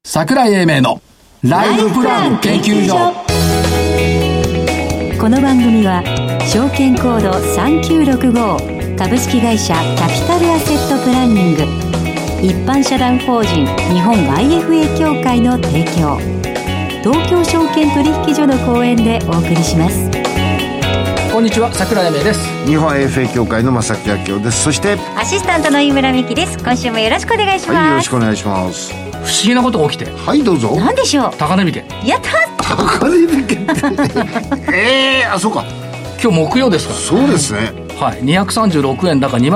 桜井英明のライフプラン研究所。 この番組は証券コード3965株式会社キャピタルアセットプランニング、一般社団法人日本 IFA 協会の提供、東京証券取引所の講演でお送りします。 こんにちは、桜井英明です。 日本 IFA 協会の正木明夫です。そしてアシスタントの井村美希です。今週もよろしくお願いします。 はい、よろしくお願いします。 不思議なことが起きて。 はい、どうぞ。 何でしょう。 高値引け。 やった高値引けってあ、そうか、 今日木曜ですから、 そうですね。 はい、236円だから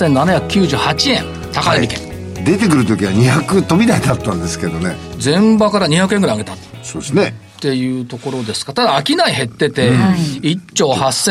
28,798 円高値引け、 はい、出てくるときは200飛び台だったんですけどね、 前場から200円ぐらい上げた。 そうですねっていうところですか。ただ商い減ってて、1兆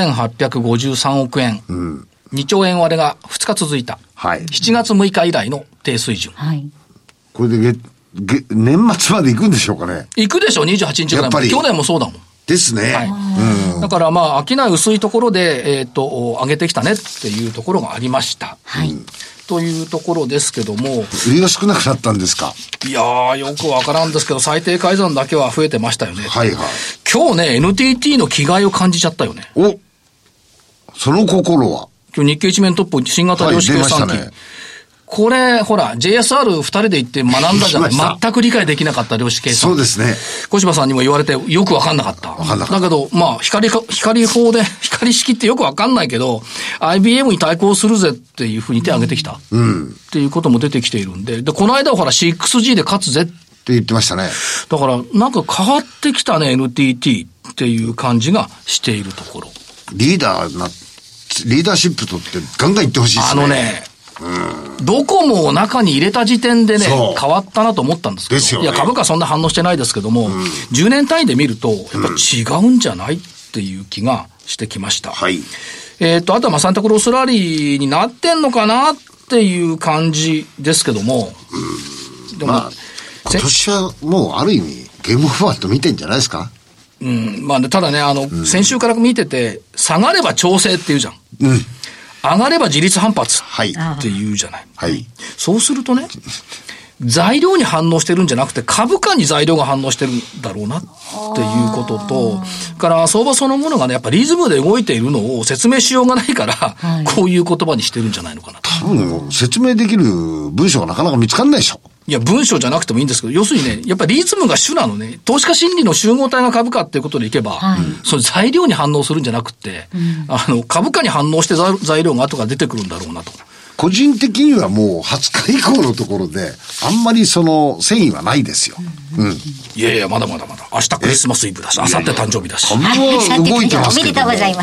8853億円、2兆円割れが2日続いた、 はい、 7月6日以来の低水準、 はい、 これで年末まで行くんでしょうかね。 行くでしょ、28日ぐらいまで。去年もそうだもんですね、 はい、だからまあ商い薄いところで、上げてきたねっていうところがありました、はい、というところですけども、 売りが少なくなったんですか。 いやー、よくわからんですけど、最低改ざんだけは増えてましたよね。 はいはい。 今日ね、NTT の気概を感じちゃったよね。 お、その心は。 今日日経一面トップ新型量子計算機、はい、これほら JSR2 人で行って学んだじゃない。全く理解できなかった量子計算。 そうですね。 小柴さんにも言われてよくわかんなかった。だけどまあ光法で光式ってよくわかんないけど IBM に対抗するぜっていうふうに手を挙げてきた、っていうことも出てきているんで、この間はほら 6G で勝つぜって言ってましたね。 だからなんか変わってきたね NTT っていう感じがしているところ。 リーダーシップとってガンガン言ってほしいですね。 ドコモを中に入れた時点でね、変わったなと思ったんですけど、 ですよね、 いや株価そんな反応してないですけども、10年単位で見るとやっぱ違うんじゃないっていう気がしてきました。 はい。 あとはサンタクロースラリーになってんのかなっていう感じですけども、でも、 まあ、今年はもうある意味ゲームオーバーと見てんじゃないですか。 まあ、ただね、先週から見てて下がれば調整っていうじゃん。上がれば自立反発っていうじゃない。 はい。 そうするとね、材料に反応してるんじゃなくて株価に材料が反応してるんだろうなっていうことと、から相場そのものがね、やっぱリズムで動いているのを説明しようがないから、こういう言葉にしてるんじゃないのかなと。 多分説明できる文章がなかなか見つかんないでしょ。 いや、文章じゃなくてもいいんですけど、要するにね、やっぱりリズムが主なのね。投資家心理の集合体が株価っていうことでいけば、その材料に反応するんじゃなくて、株価に反応して材料が後から出てくるんだろうなと。 個人的にはもう20日以降のところで、あんまりその繊維はないですよ。 いやいや、まだまだ。明日クリスマスイブだし、明後日誕生日だし。 株は動いてますけど。 おめでとうございます。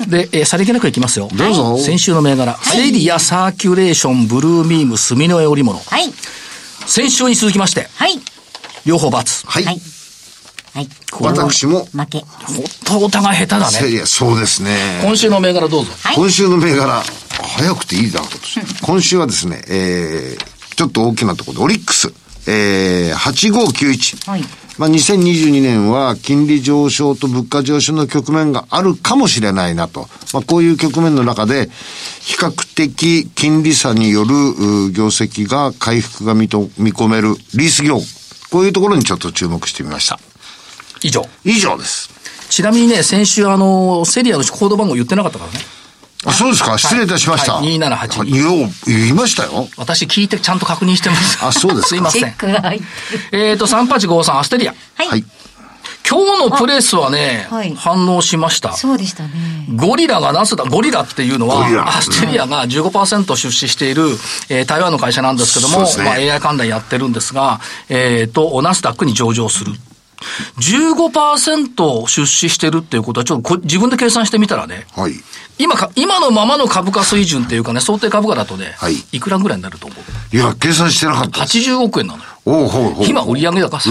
で、さりげなくいきますよ。 どうぞ。 先週の銘柄、セリアサーキュレーションブルーミーム住之江織物。 はい。 先週に続きまして、 はい。 両方×。 はい。 はい。 私も負け。 ほんとお互い下手だね。 いや、そうですね。 今週の銘柄どうぞ。 はい。 今週の銘柄、早くていいだろうと。今週はですね、ちょっと大きなところで、オリックス、8591。 はい。 まあ、2022年は金利上昇と物価上昇の局面があるかもしれないなと。まあ、こういう局面の中で、比較的金利差による業績が回復が見込めるリース業。こういうところにちょっと注目してみました。以上です。 ちなみにね、先週セリアのコード番号言ってなかったからね。 あ、そうですか。失礼いたしました。 はい、2782。 言いましたよ。 私聞いてちゃんと確認してます。 あ、そうですか。 すいません。3853アステリア。 はい。 今日のプレスはね、反応しました。 そうでしたね。 ゴリラっていうのは、アステリアが 15% 出資している、台湾の会社なんですけども、まあ、AI 関連やってるんですが、ナスダックに上場する。15% 出資してるっていうことは、ちょっと自分で計算してみたらね、 はい、 今のままの株価水準っていうかね、想定株価だとね、いくらぐらいになると思う？ いや、計算してなかったです。 80億円なのよ。今売上高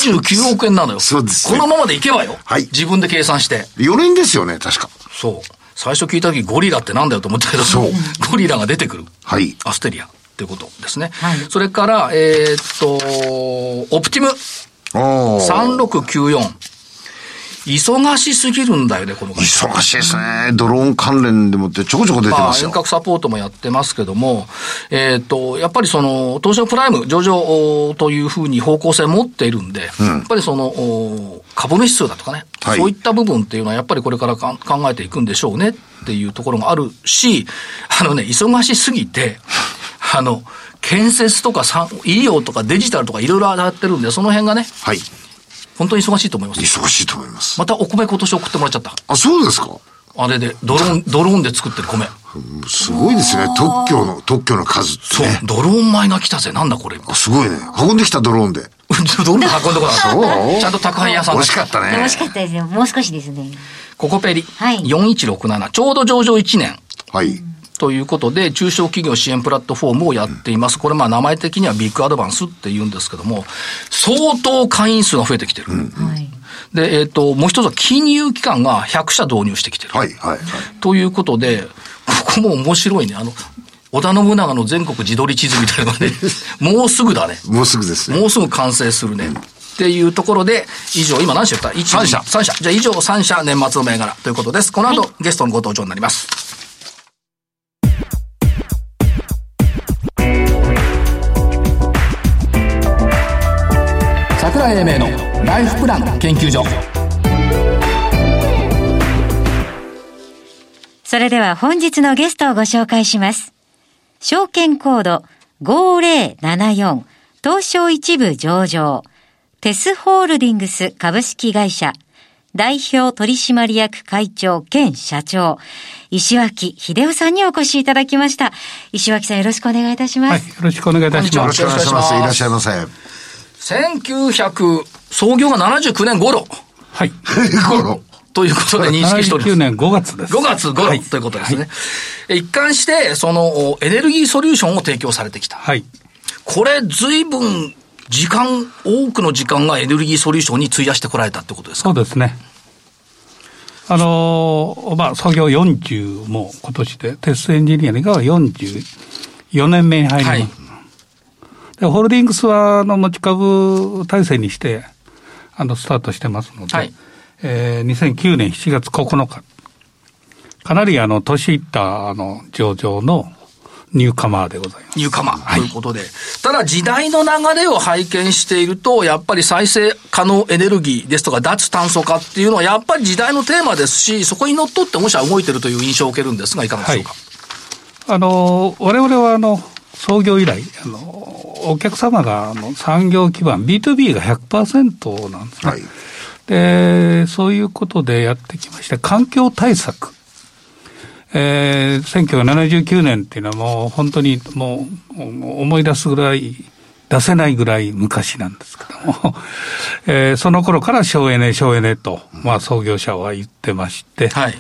29億円なのよ。 そうですね。 このままでいけばよ。 はい。 自分で計算して。 4年ですよね、確か。 そう。最初聞いた時ゴリラってなんだよと思ったけど、そう。ゴリラが出てくる。 はい。 アステリアっていうことですね。はい。それから、オプティム。3694。 忙しすぎるんだよね、この会社。 忙しいですね。ドローン関連でもってちょこちょこ出てますよ。 遠隔サポートもやってますけども、やっぱりその、東証プライム上場というふうに方向性を持っているんで、やっぱりその、株主数だとかね、 はい、 そういった部分っていうのはやっぱりこれから考えていくんでしょうねっていうところがあるし、忙しすぎて、建設とか医療とかデジタルとかいろいろやってるんで、その辺がね、 はい。 本当に忙しいと思います。 忙しいと思います。 またお米今年送ってもらっちゃった。 あ、そうですか。 あれで、ドローンで作ってる米。 すごいですね。特許の数ってね。 そう、ドローン米が来たぜ。なんだこれ。 すごいね。運んできたドローンで。 ドローンで運んでこなかった。 そう。 ちゃんと宅配屋さん美味しかったね。 美味しかったですね。もう少しですね。 ココペリ。 はい。 4167。ちょうど上場1年。 はい。 ということで、中小企業支援プラットフォームをやっています。これ名前的にはビッグアドバンスって言うんですけども、相当会員数が増えてきてる。はい。で、もう一つは金融機関が100社導入してきてる。 はい、はい、はい。 ということで、ここも面白いね。織田信長の全国自撮り地図みたいなのがね、もうすぐだね。 もうすぐですね。 もうすぐ完成するね。っていうところで、以上、今何社言った ?3 社。3社。じゃあ以上3社年末の銘柄ということです。この後、はい、ゲストのご登場になります。桜井英明のライフプラン研究所。 それでは本日のゲストをご紹介します。証券コード5074東証一部上場テスホールディングス株式会社代表取締役会長兼社長石脇秀夫さんにお越しいただきました。石脇さん、よろしくお願いいたします。 はい、よろしくお願いいたします。 よろしくお願いします。いらっしゃいませ。 1900創業が79年頃。 はい。 頃。 ということで認識しております。 79年5月です。 5月頃、はい、ということですね。はい、一貫して、その、エネルギーソリューションを提供されてきた。 はい。 これ、随分、多くの時間がエネルギーソリューションに費やしてこられたってことですか？ そうですね。創業40も今年で、テスエンジニアリングが44年目に入ります。はい、でホールディングスは、持ち株体制にして、スタートしてますので、はい、2009年7月9日。かなり年いった上場のニューカマーでございます。 ニューカマーということで。ただ時代の流れを拝見していると、やっぱり再生可能エネルギーですとか脱炭素化っていうのはやっぱり時代のテーマですし、そこにのっとって御社は動いているという印象を受けるんですが、いかがでしょうか。 はい、我々は創業以来、お客様が産業基盤、B2B が 100% なんですね。はい、で、そういうことでやってきまして、環境対策。1979年っていうのはもう本当にもう思い出すぐらい、出せないぐらい昔なんですけども、その頃から省エネと、創業者は言ってまして、はい、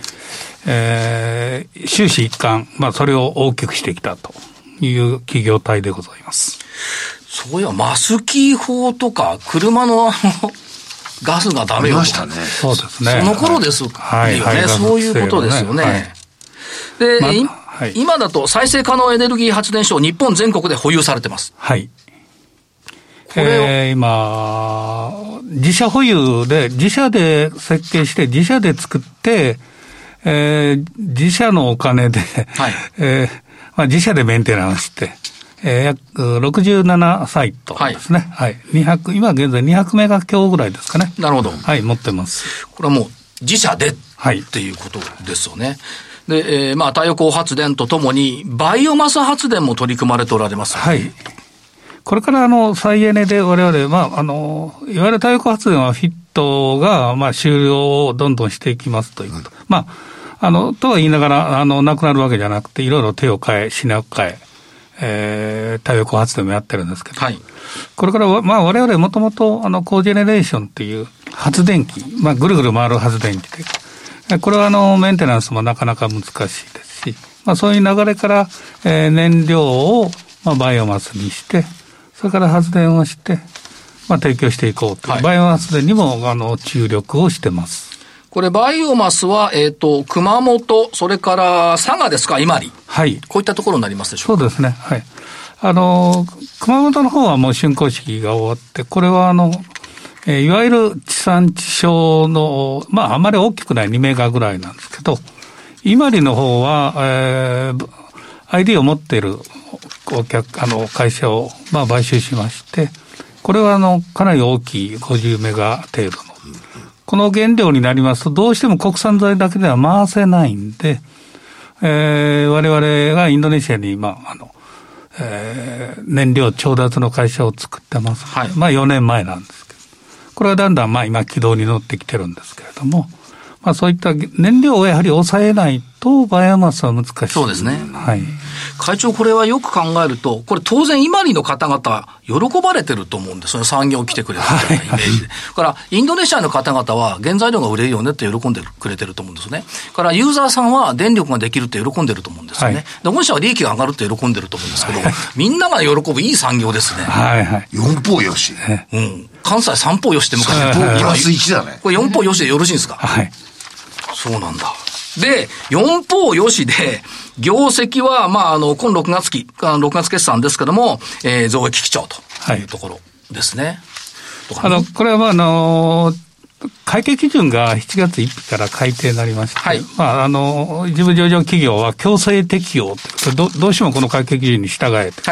終始一貫、それを大きくしてきたという企業体でございます。 そういや、マスキー法とか、車のガスがダメよと。ありましたね。 そうですね。 その頃ですよね。はい、そういうことですよね。はい、で、はい、今だと再生可能エネルギー発電所を日本全国で保有されてます。はい。これを今、自社保有で、自社で設計して、自社で作って、自社のお金で、はい自社でメンテナンスして、約67サイトですね。はい。200、今現在200メガ強ぐらいですかね。 なるほど。 はい、持ってます。 これはもう自社でっていうことですよね。で、太陽光発電とともに、バイオマス発電も取り組まれておられます、ね。はい。 これから再エネで我々、いわゆる太陽光発電はフィットが、終了をどんどんしていきますということ。とは言いながら、なくなるわけじゃなくて、いろいろ手を変え、品を変え、太陽光発電もやってるんですけど。はい。これから、我々もともと、コージェネレーションっていう発電機、ぐるぐる回る発電機で、これはメンテナンスもなかなか難しいですし、そういう流れから、燃料を、バイオマスにして、それから発電をして、提供していこうという、はい、バイオマスでにも、注力をしてます。 これ、バイオマスは、熊本、それから佐賀ですか、伊万里。はい。こういったところになりますでしょうか。 そうですね。はい。熊本の方はもう竣工式が終わって、これはいわゆる地産地消の、あんまり大きくない2メガぐらいなんですけど、伊万里の方は、ID を持っている会社を、買収しまして、これはかなり大きい50メガ程度の。この原料になりますと、どうしても国産材だけでは回せないんで、我々がインドネシアに、燃料調達の会社を作ってます。 はい。 4年前なんですけど。これはだんだん今軌道に乗ってきてるんですけれども、そういった燃料をやはり抑えないとバイオマスは難しい。 そうですね。 はい。 会長、これはよく考えると、これ当然伊万里の方々喜ばれてると思うんです。その産業来てくれるみたいなイメージで。だから、インドネシアの方々は原材料が売れるよねって喜んでくれてると思うんですね。から、ユーザーさんは電力ができるって喜んでると思うんですよね。で、御社は利益が上がるって喜んでると思うんですけど、みんなが喜ぶいい産業ですね。 はいはい。四方よし。 うん。関西三方よしって昔で、 プラス1だね。 これ四方よしでよろしいんですか？ はい。 そうなんだ。で、四方よしで、業績は、今6月決算ですけども、増益基調というところですね。 はい、これは会計基準が7月1日から改定になりまして、はい、事務上場企業は強制適用というどうしてもこの会計基準に従えて、はい、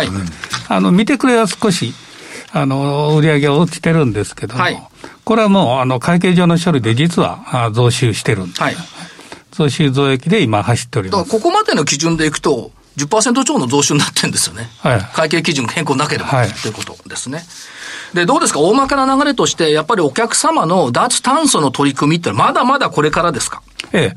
見てくれは少し、売上が落ちてるんですけども、はい、これはもう、会計上の処理で実は増収してるんです。はい、増収増益で今走っております。 だからここまでの基準でいくと、10% 超の増収になってるんですよね。はい、会計基準変更なければ、はい、ということですね。で、どうですか、大まかな流れとして、やっぱりお客様の脱炭素の取り組みってまだまだこれからですか？ 先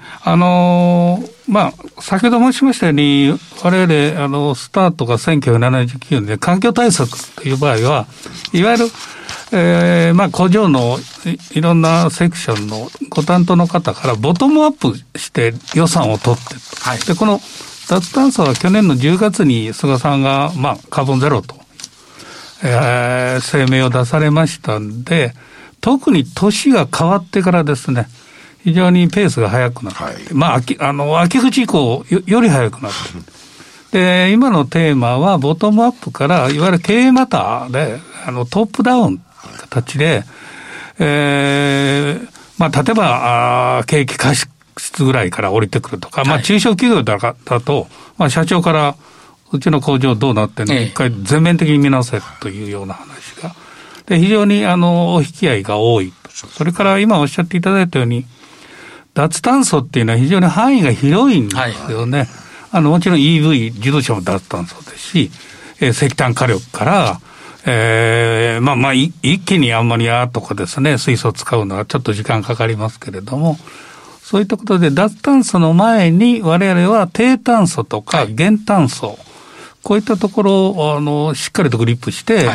ほど申しましたように、我々、スタートが1979年で環境対策という場合は、いわゆる、工場のいろんなセクションのご担当の方からボトムアップして予算を取って、はい、で、この脱炭素は去年の10月に菅さんが、カーボンゼロと、声明を出されましたんで、特に年が変わってからですね、非常にペースが速くなって、はい、秋口以降より速くなってる。で、今のテーマはボトムアップから、いわゆる経営マターで、トップダウン形で、例えば、景気過失ぐらいから降りてくるとか、中小企業だと、社長から、うちの工場どうなってんの、一回全面的に見直せというような話が。で、非常に、お引き合いが多い。それから今おっしゃっていただいたように、脱炭素っていうのは非常に範囲が広いんですよね。はい、もちろん EV、自動車も脱炭素ですし、石炭火力から、一気にアンモニアとかですね、水素を使うのはちょっと時間かかりますけれども、そういったことで脱炭素の前に我々は低炭素とか減炭素、はい、こういったところをしっかりとグリップして、はい、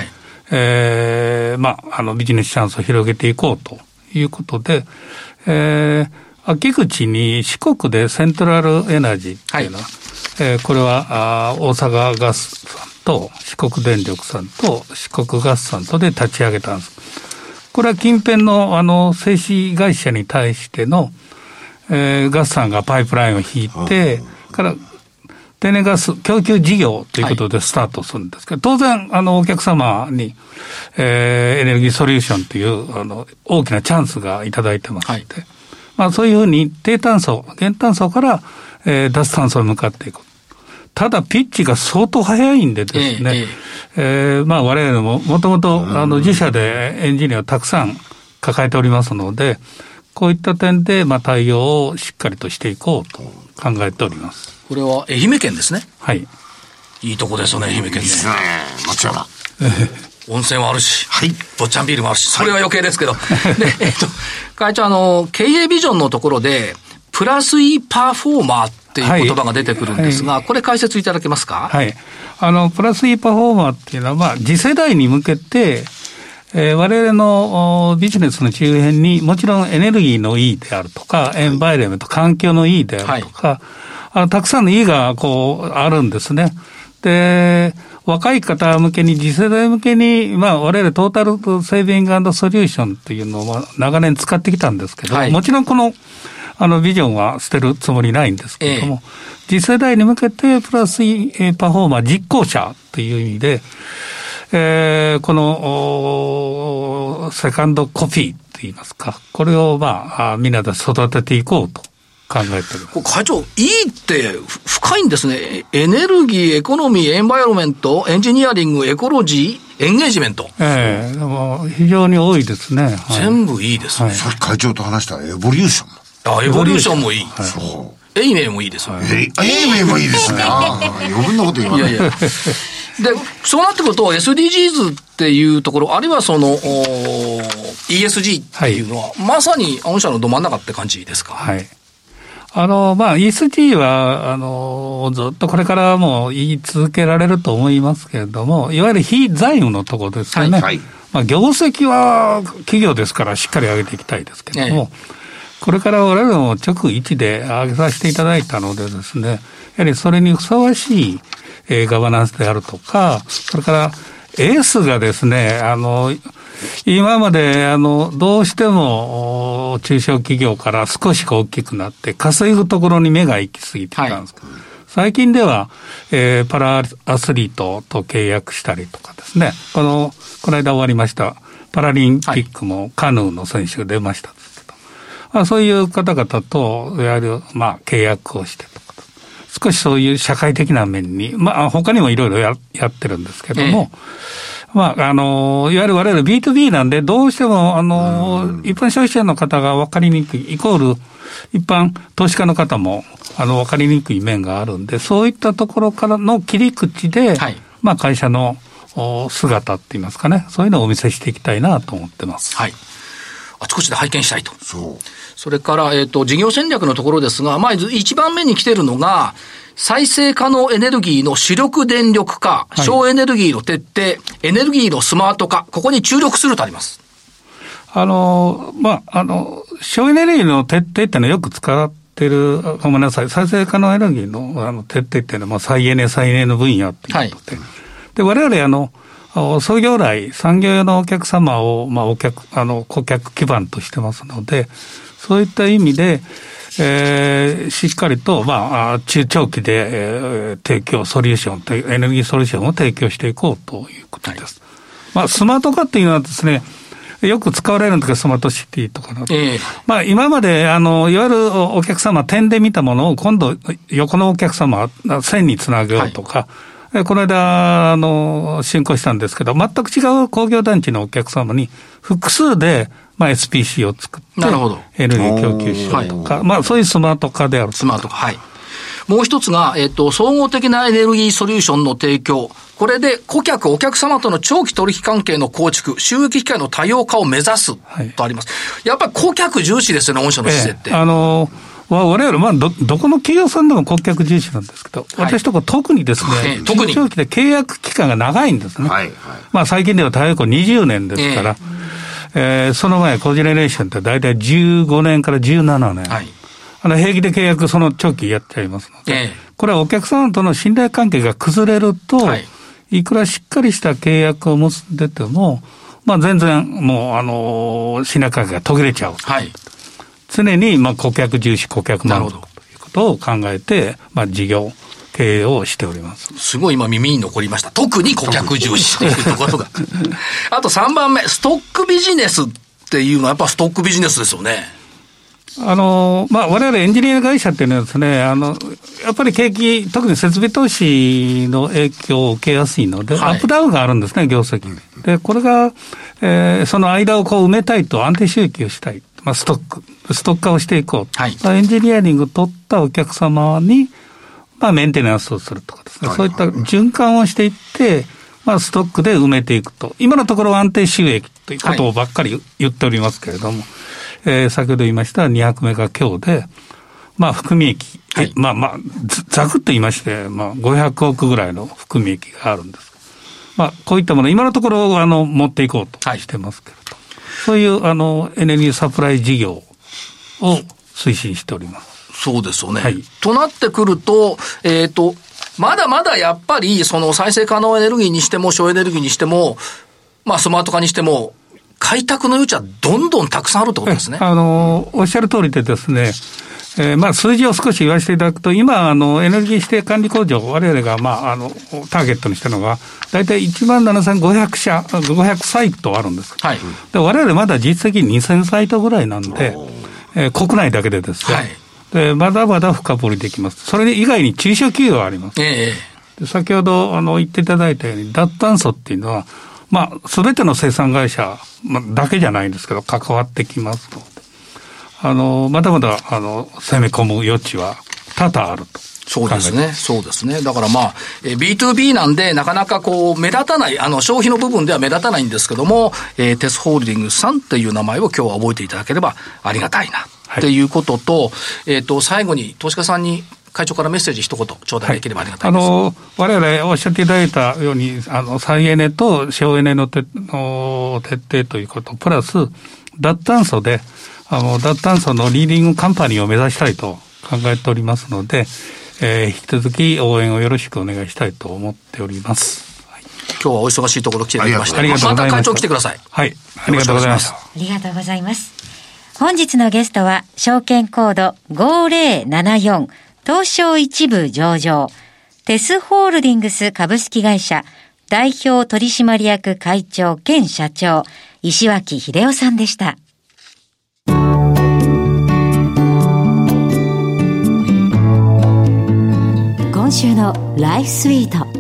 ビジネスチャンスを広げていこうということで、秋口に四国でセントラルエナジーっていうのは、はい、これは大阪ガスさんと四国電力さんと四国ガスさんとで立ち上げたんです。これは近辺の製紙会社に対しての、ガスさんがパイプラインを引いて、から天然ガス供給事業ということでスタートするんですけど、当然お客様に、エネルギーソリューションという大きなチャンスがいただいてますので、はい、そういうふうに低炭素、減炭素から、脱炭素に向かっていく。ただピッチが相当早いんでですね、我々ももともと自社でエンジニアをたくさん抱えておりますので、こういった点で対応をしっかりとしていこうと考えております。 これは愛媛県ですね。 はい。 いいとこですよね、愛媛県ね。いいですね、 松山。 温泉はあるし、 はい。 坊ちゃんビールもあるし、それは余計ですけど。で、会長、経営ビジョンのところで、プラス E パフォーマーっていう言葉が出てくるんですが、はい、これ解説いただけますか？ はい。プラス E パフォーマーっていうのは、次世代に向けて、我々のビジネスの周辺にもちろんエネルギーの E であるとか、エンバイレメント、環境の E であるとか、はい、たくさんの E があるんですね。で、若い方向けに、次世代向けに、我々トータルセービング&ソリューションというのを長年使ってきたんですけど、はい、もちろんこのビジョンは捨てるつもりないんですけれども、次世代に向けてプラスパフォーマー実行者という意味で、 このセカンドコピーと言いますか、これをみんなで育てていこうと考えております。 会長、E って深いんですね。エネルギー、エコノミー、エンバイロメント、エンジニアリング、エコロジー、エンゲージメント。 でも非常に多いですね。はい、 全部いいですね。 さっき会長と話したエボリューション。 エボリューションもいい。 はい、そう。 エイメイもいいですよね。 エイメイもいいですね。余分なこと言わない。いやいや。で、 そうなってくると SDGs っていうところ、あるいはそのESG っていうのは、まさに御社のど真ん中って感じですか。 はい。ESG は、ずっとこれからも言い続けられると思いますけれども、いわゆる非財務のところですよね。はいはい、業績は企業ですからしっかり上げていきたいですけれども、これから我々も直一で上げさせていただいたのでですね、やはりそれにふさわしい、ガバナンスであるとか、それからエースがですね、今までどうしても中小企業から少し大きくなって稼ぐところに目が行き過ぎてたんですけど、はい、最近では、パラアスリートと契約したりとかですね、この間終わりましたパラリンピックもカヌーの選手が出ましたですけど、そういう方々といわゆる契約をしてとか、少しそういう社会的な面に他にもいろいろやってるんですけども、いわゆる我々 B2B なんで、どうしても、一般消費者の方が分かりにくい、イコール、一般投資家の方も、分かりにくい面があるんで、そういったところからの切り口で、はい、会社の姿って言いますかね、そういうのをお見せしていきたいなと思ってます。 はい。あちこちで拝見したいと。それから、事業戦略のところですが、一番目に来てるのが、再生可能エネルギーの主力電力化、省エネルギーの徹底、エネルギーのスマート化、ここに注力するとあります。 省エネルギーの徹底ってのはよく使ってる、ごめんなさい、再生可能エネルギーの徹底っていうのは、再エネの分野っていうことで。はい、で、我々創業来、産業用のお客様を、顧客基盤としてますので、そういった意味で、しっかりと、中長期で、提供ソリューション、エネルギーソリューションを提供していこうということです。はい、スマート化っていうのはですね、よく使われるんですけど、スマートシティとかの。今まで、いわゆるお客様、点で見たものを今度、横のお客様、線につなげようとか、はい、この間、進行したんですけど、全く違う工業団地のお客様に、複数で、SPC を作って、エネルギー供給しようとか、そういうスマート化であると。 スマート化。はい。もう一つが、総合的なエネルギーソリューションの提供。これでお客様との長期取引関係の構築、収益機会の多様化を目指すとあります。はい、やっぱり顧客重視ですよね、御社の姿勢って。我 々、どこの企業さんでも顧客重視なんですけど、私とか特にですね、中長期で契約期間が長いんですね。はいはい、最近では太陽光20年ですから、その前、コジェネレーションって大体15年から17年。はい、平気で契約その長期やっちゃいますので、これはお客様との信頼関係が崩れると、はい、いくらしっかりした契約を結んでても、全然もう、信頼関係が途切れちゃう。はい、常に、顧客重視、顧客満足ということを考えて、事業、経営をしております。 すごい今耳に残りました。特に顧客重視というところが。あと3番目、ストックビジネスっていうのはやっぱストックビジネスですよね。 我々エンジニア会社っていうのはですね、やっぱり景気、特に設備投資の影響を受けやすいので、はい、アップダウンがあるんですね、業績。で、これが、その間を埋めたいと、安定収益をしたい。ストック化をしていこう。はい、エンジニアリングを取ったお客様に、メンテナンスをするとかですね、そういった循環をしていって、ストックで埋めていくと。今のところ安定収益ということばっかり言っておりますけれども、先ほど言いました200メガ強で、含み益、はい、ざくっと言いまして、500億ぐらいの含み益があるんです。こういったもの、今のところ持っていこうとしてますけれど、そういうエネルギーサプライ事業を推進しております。 そうですよね。はい、となってくると、まだまだやっぱり、その再生可能エネルギーにしても、省エネルギーにしても、スマート化にしても、開拓の余地はどんどんたくさんあるってことですね。 おっしゃる通りでですね、 数字を少し言わせていただくと、今、エネルギー指定管理工場、我々が、ターゲットにしたのが、だいたい17,500サイトあるんです。 はい。 で、我々まだ実績2000サイトぐらいなんで、国内だけでですよ。はい。で、まだまだ深掘りできます。それ以外に中小企業があります。で先ほど、言っていただいたように、脱炭素っていうのは、すべての生産会社だけじゃないんですけど、関わってきますので。まだまだ、攻め込む余地は多々あると。 そうですね。そうですね。だからB2B なんで、なかなか目立たない、消費の部分では目立たないんですけども、テスホールディングスさんっていう名前を今日は覚えていただければありがたいな、っていうことと、最後に投資家さんに会長からメッセージ一言頂戴できればありがたいです。 我々おっしゃっていただいたように、再エネと省エネの徹底ということ、プラス、脱炭素で、脱炭素のリーディングカンパニーを目指したいと考えておりますので、引き続き応援をよろしくお願いしたいと思っております。 はい、今日はお忙しいところ来ていただきました。 ありがとうございます。 また会長来てください。 はい。ありがとうございます。 ありがとうございます。本日のゲストは、証券コード5074、東証一部上場、テスホールディングス株式会社、代表取締役会長兼社長、石脇秀夫さんでした。今週のライフスイート。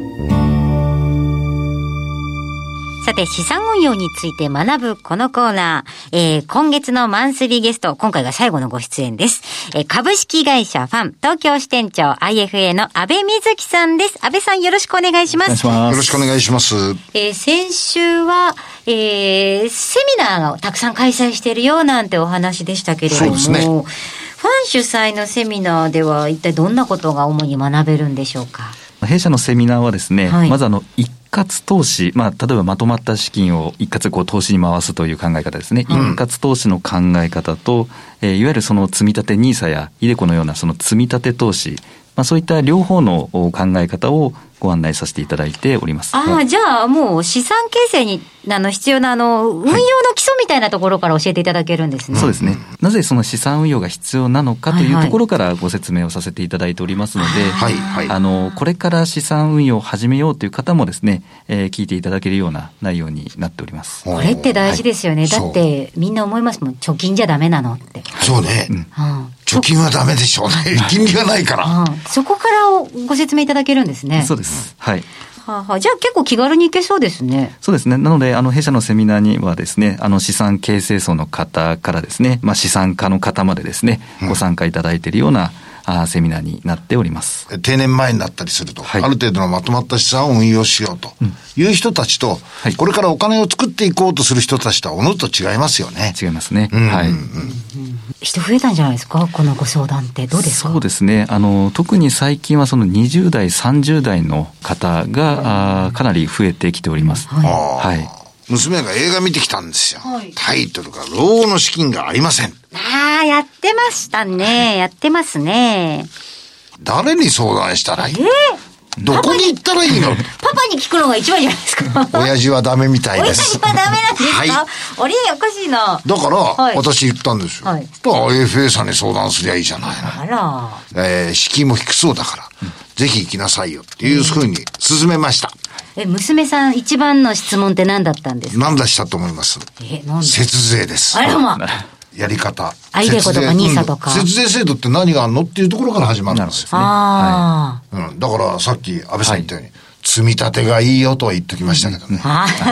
さて、資産運用について学ぶこのコーナー、今月のマンスリーゲスト、今回が最後のご出演です。株式会社ファン東京支店長 IFA の安倍瑞希さんです。安倍さん、よろしくお願いします。 よろしくお願いします。 先週は、セミナーをたくさん開催しているよなんてお話でしたけれども、そうですね。ファン主催のセミナーでは一体どんなことが主に学べるんでしょうか。 弊社のセミナーはですね、まず一括投資、例えばまとまった資金を一括投資に回すという考え方ですね。一括投資の考え方と、いわゆるその積立 NISA やiDeCoのようなその積立投資、そういった両方の考え方をご案内させていただいております。 じゃあもう資産形成に必要な運用の基礎みたいなところから教えていただけるんですね。 そうですね。なぜその資産運用が必要なのかというところからご説明をさせていただいておりますので、これから資産運用を始めようという方もですね、聞いていただけるような内容になっております。 これって大事ですよね。だってみんな思いますもん、貯金じゃダメなのって。 そうね。貯金はダメでしょうね。金利がないから。 そこからご説明いただけるんですね。 そうです。はい。 じゃあ結構気軽に行けそうですね。 そうですね。なので、弊社のセミナーにはですね、資産形成層の方からですね、資産家の方までですね、ご参加いただいているような、セミナーになっております。 定年前になったりすると、ある程度のまとまった資産を運用しようという人たちと、これからお金を作っていこうとする人たちとはおのずと違いますよね。 違いますね。はい。 人増えたんじゃないですか、このご相談ってどうですか。 そうですね。特に最近はその20代、30代の方がかなり増えてきております。はい。 娘が映画見てきたんですよ。タイトルが老後の資金がありません。 やってましたね。やってますね。 誰に相談したらいい？どこに行ったらいいの？ パパに聞くのが一番じゃないですか。 親父はダメみたいです。 親父はダメなんですか？おかしいな。 だから、私言ったんですよ。FA さんに相談すりゃいいじゃないの。敷居も低そうだから、ぜひ行きなさいよっていうふうに勧めました。 娘さん一番の質問って何だったんですか？ 何だしたと思います？節税です。 あらま。 やり方。 iDeCoとか NISA とか。 節税制度って何があるのっていうところから始まるんですよ。だからさっき安倍さん言ったように、積み立てがいいよとは言っときましたけどね。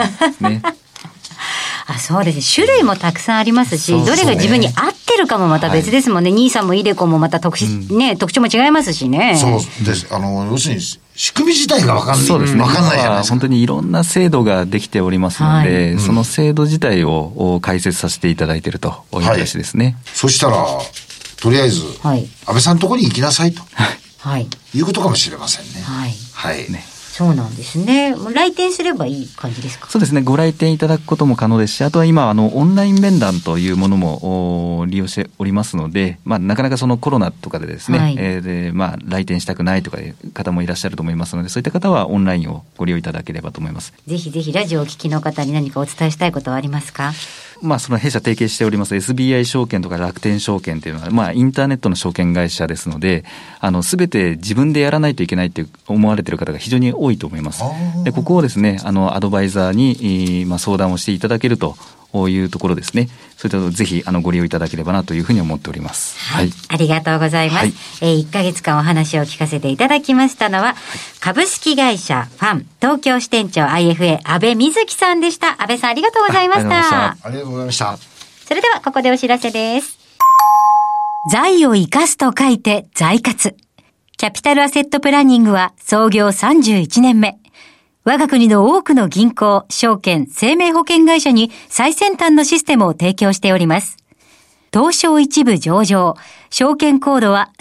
そうです。種類もたくさんありますし、どれが自分に合ってるかもまた別ですもんね。NISA もiDeCoもまた特徴も違いますしね。 そうです。要するに仕組み自体が分かんない。 そうですね。 分かんないじゃないですか。 本当にいろんな制度ができておりますので、その制度自体を解説させていただいているという形ですね。 そしたら、とりあえず、安倍さんのところに行きなさいと。いうことかもしれませんね。 そうなんですね。来店すればいい感じですか？ そうですね。ご来店いただくことも可能ですし、あとは今オンライン面談というものも利用しておりますので、なかなかそのコロナとかでですね、来店したくないとかいう方もいらっしゃると思いますので、そういった方はオンラインをご利用いただければと思います。 ぜひぜひラジオをお聞きの方に何かお伝えしたいことはありますか？ その弊社提携しております SBI 証券とか楽天証券というのは、インターネットの証券会社ですので、すべて自分でやらないといけないって思われている方が非常に多いと思います。で、ここをですね、アドバイザーに、相談をしていただけるというところですね。それとぜひご利用いただければなというふうに思っております。 はい。ありがとうございます。1ヶ月間お話を聞かせていただきましたのは、株式会社ファン東京支店長 IFA 安倍瑞希さんでした。安倍さんありがとうございました。 ありがとうございました。 それではここでお知らせです。財を生かすと書いて財活。キャピタルアセットプランニングは創業31年目。我が国の多くの銀行、証券、生命保険会社に最先端のシステムを提供しております。東証一部上場、証券コードは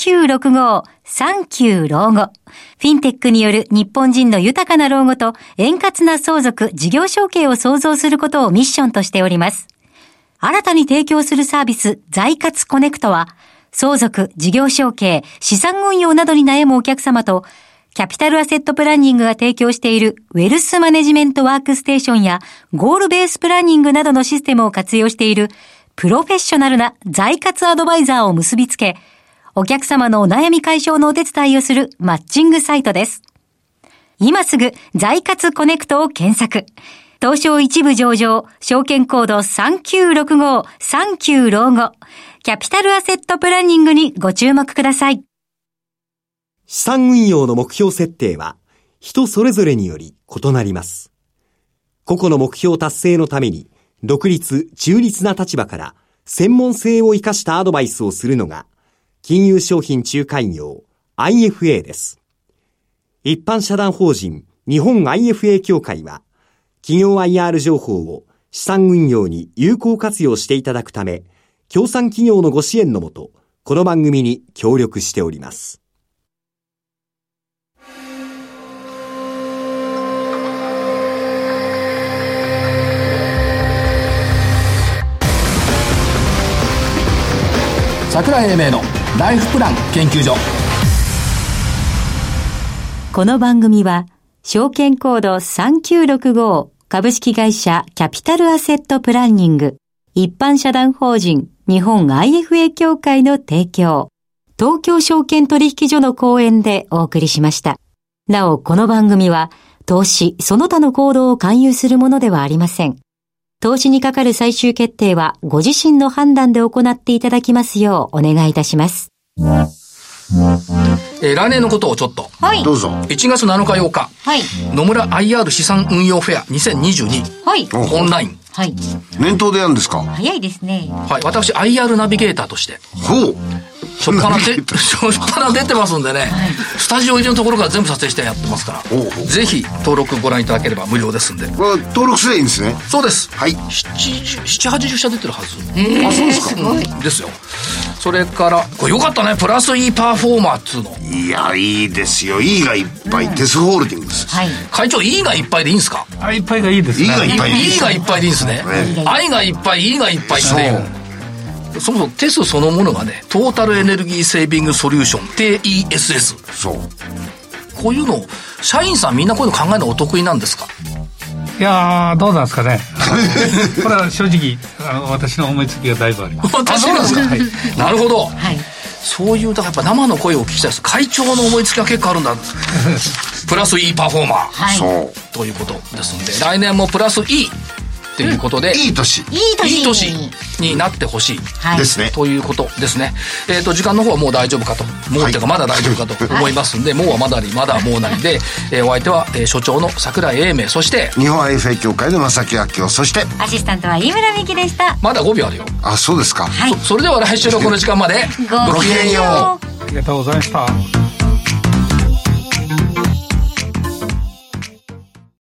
3965、39老後。フィンテックによる日本人の豊かな老後と円滑な相続、事業承継を創造することをミッションとしております。新たに提供するサービス、財活コネクトは、相続、事業承継、資産運用などに悩むお客様と、キャピタルアセットプランニングが提供しているウェルスマネジメントワークステーションやゴールベースプランニングなどのシステムを活用しているプロフェッショナルな財活アドバイザーを結びつけ、お客様のお悩み解消のお手伝いをするマッチングサイトです。今すぐ財活コネクトを検索。東証一部上場、証券コード3965、39老後、キャピタルアセットプランニングにご注目ください。 資産運用の目標設定は人それぞれにより異なります。個々の目標達成のために独立、中立な立場から専門性を生かしたアドバイスをするのが金融商品仲介業 IFA です。一般社団法人日本 IFA 協会は企業 IR 情報を資産運用に有効活用していただくため、協賛企業のご支援のもと、この番組に協力しております。 桜井英明のライフプラン研究所。 この番組は証券コード3965株式会社キャピタルアセットプランニング一般社団法人日本 IFA 協会の提供、東京証券取引所の講演でお送りしました。なおこの番組は投資その他の行動を勧誘するものではありません。投資にかかる最終決定はご自身の判断で行っていただきますようお願いいたします。 来年のことをちょっと。 はい。 どうぞ。 1月7日8日。 はい。 野村 IR 資産運用フェア2022。 はい。 オンライン。 はい。 年頭でやるんですか？ 早いですね。 はい。私 IR ナビゲーターとして。 ほう。 初っ端出てますんでね、スタジオ入りのところから全部撮影してやってますから、ぜひ登録ご覧いただければ無料ですんで。 これ登録すればいいんですね。 そうです。 はい。 7、80社出てるはず。 あ、そうですか。 ですよ。それからこれよかったね、プラス E パフォーマーっつうの。 いや、いいですよ。E がいっぱい、テスホールディングス。 はい。 会長 E がいっぱいでいいんですか？ いっぱいがいいですね。 E がいっぱい。 E がいっぱいでいいんですね。I がいっぱい、E がいっぱいっていう。そもそもテスそのものがね、トータルエネルギーセービングソリューション TESS。 そう。 こういうのを社員さんみんなこういうの考えるのお得意なんですか？ いやー、どうなんですかね。これは正直私の思いつきがだいぶあります。 私なんですか？はい、なるほど。 はい。 そういうだからやっぱ生の声を聞きたいです。会長の思いつきが結構あるんだ。プラス E パフォーマー、 はい、 そうということですので、来年もプラス Eということで、 いい年になってほしい、 はい、 ですね。 ということですね。時間の方はもう大丈夫かと、もうというかまだ大丈夫かと思いますんで、もうはまだもうなりで、お相手は、所長の桜井英明、そして日本 IFA 協会の正木明夫、そしてアシスタントは飯村美希でした。 まだ5秒あるよ。 あ、そうですか。 はい、 それでは来週のこの時間までごきげんよう。 ありがとうございました。